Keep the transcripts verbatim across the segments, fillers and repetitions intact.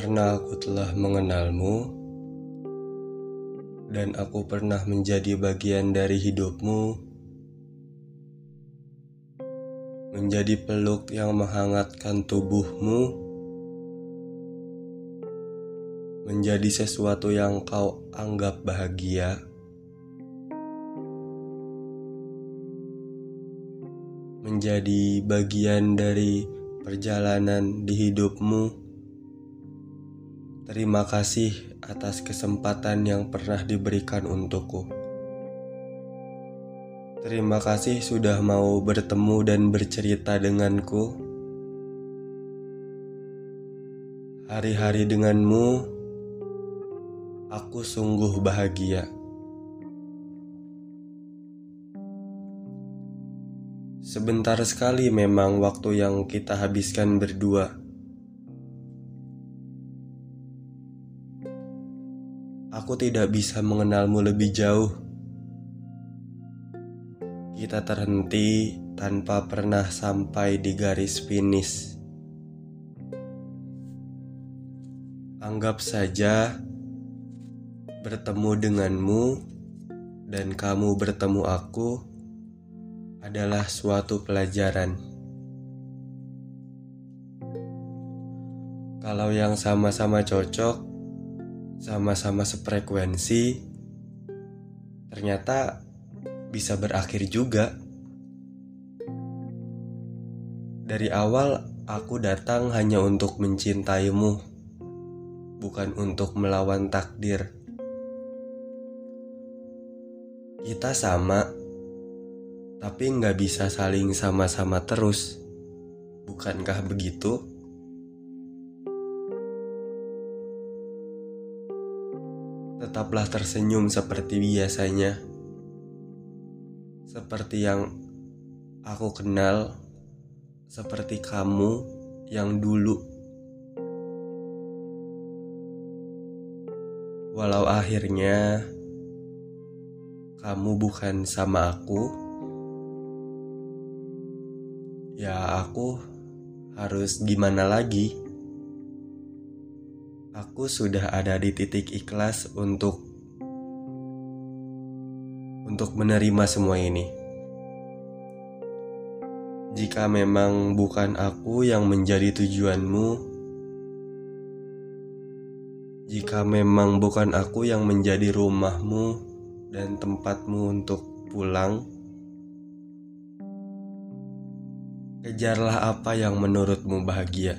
Karena aku telah mengenalmu, dan aku pernah menjadi bagian dari hidupmu, menjadi peluk yang menghangatkan tubuhmu, menjadi sesuatu yang kau anggap bahagia, menjadi bagian dari perjalanan di hidupmu. Terima kasih atas kesempatan yang pernah diberikan untukku. Terima kasih sudah mau bertemu dan bercerita denganku. Hari-hari denganmu, aku sungguh bahagia. Sebentar sekali memang waktu yang kita habiskan berdua. Aku tidak bisa mengenalmu lebih jauh. Kita terhenti tanpa pernah sampai di garis finish. Anggap saja bertemu denganmu dan kamu bertemu aku adalah suatu pelajaran. Kalau yang sama-sama cocok, sama-sama sefrekuensi, ternyata bisa berakhir juga. Dari awal aku datang hanya untuk mencintaimu, bukan untuk melawan takdir. Kita sama, tapi nggak bisa saling sama-sama terus. Bukankah begitu? Tetaplah tersenyum seperti biasanya, seperti yang aku kenal, seperti kamu yang dulu. Walau akhirnya kamu bukan sama aku, ya aku harus gimana lagi? Aku sudah ada di titik ikhlas untuk untuk menerima semua ini. Jika memang bukan aku yang menjadi tujuanmu, jika memang bukan aku yang menjadi rumahmu dan tempatmu untuk pulang, kejarlah apa yang menurutmu bahagia.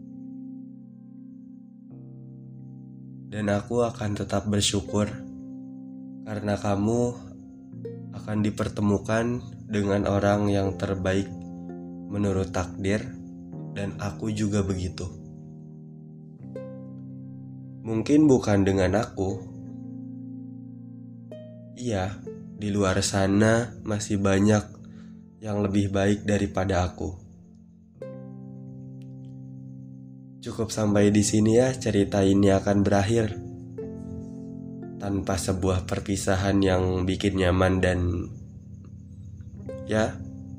Dan aku akan tetap bersyukur karena kamu akan dipertemukan dengan orang yang terbaik menurut takdir, dan aku juga begitu. Mungkin bukan dengan aku. Iya, di luar sana masih banyak yang lebih baik daripada aku. Cukup sampai di sini ya, cerita ini akan berakhir tanpa sebuah perpisahan yang bikin nyaman dan ya,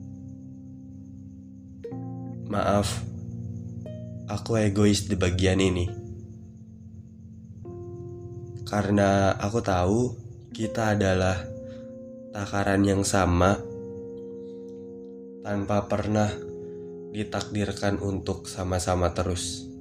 maaf, aku egois di bagian ini. Karena aku tahu kita adalah takaran yang sama tanpa pernah ditakdirkan untuk sama-sama terus.